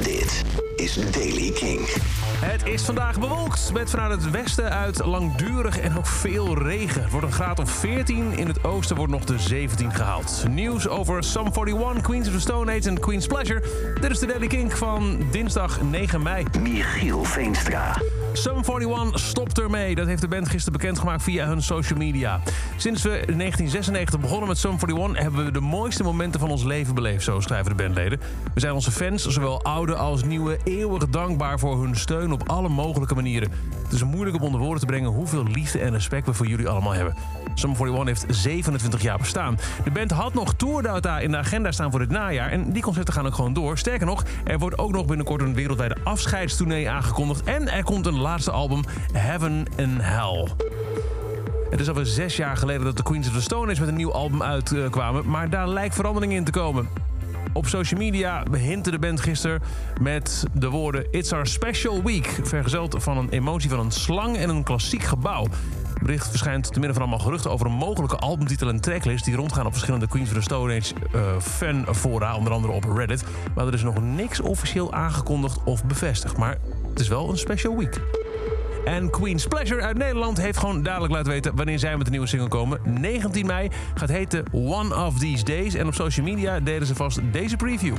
Dit is Daily King. Het is vandaag bewolkt met vanuit het westen uit langdurig en ook veel regen. Het wordt een graad of 14. In het oosten wordt nog de 17 gehaald. Nieuws over Sum 41, Queens of the Stone Age en Queen's Pleasure. Dit is de Daily King van dinsdag 9 mei. Michiel Veenstra. Sum 41 stopt ermee. Dat heeft de band gisteren bekendgemaakt via hun social media. Sinds we in 1996 begonnen met Sum 41 hebben we de mooiste momenten van ons leven beleefd, zo schrijven de bandleden. We zijn onze fans, zowel oude als nieuwe, eeuwig dankbaar voor hun steun op alle mogelijke manieren. Het is moeilijk om onder woorden te brengen hoeveel liefde en respect we voor jullie allemaal hebben. Sum 41 heeft 27 jaar bestaan. De band had nog tourdata in de agenda staan voor dit najaar en die concerten gaan ook gewoon door. Sterker nog, er wordt ook nog binnenkort een wereldwijde afscheidstournee aangekondigd en er komt een laatste album, Heaven and Hell. Het is alweer 6 jaar geleden dat de Queens of the Stone Age met een nieuw album uitkwamen, maar daar lijkt verandering in te komen. Op social media hintte de band gisteren met de woorden It's our special week, vergezeld van een emotie van een slang en een klassiek gebouw. Het bericht verschijnt te midden van allemaal geruchten over een mogelijke albumtitel en tracklist die rondgaan op verschillende Queens of the Stone Age fanfora, onder andere op Reddit. Maar er is nog niks officieel aangekondigd of bevestigd, maar het is wel een special week. En Queen's Pleasure uit Nederland heeft gewoon dadelijk laten weten wanneer zij met een nieuwe single komen. 19 mei gaat heten One of These Days. En op social media deden ze vast deze preview.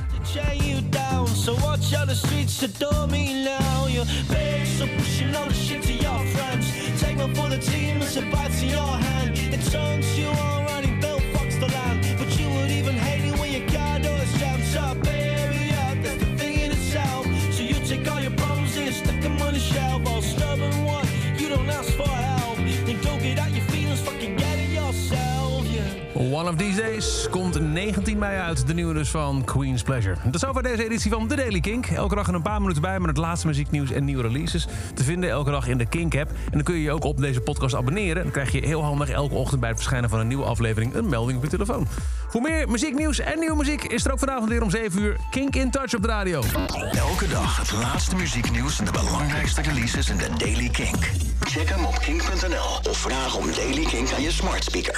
One of These Days komt 19 mei uit, de nieuwe dus van Queen's Pleasure. Dat is over deze editie van The Daily Kink. Elke dag een paar minuten bij met het laatste muzieknieuws en nieuwe releases. Te vinden elke dag in de Kink-app. En dan kun je je ook op deze podcast abonneren. Dan krijg je heel handig elke ochtend bij het verschijnen van een nieuwe aflevering een melding op je telefoon. Voor meer muzieknieuws en nieuwe muziek is er ook vanavond weer om 7 uur Kink in Touch op de radio. Elke dag het laatste muzieknieuws en de belangrijkste releases in de Daily Kink. Check hem op kink.nl of vraag om Daily Kink aan je smart speaker.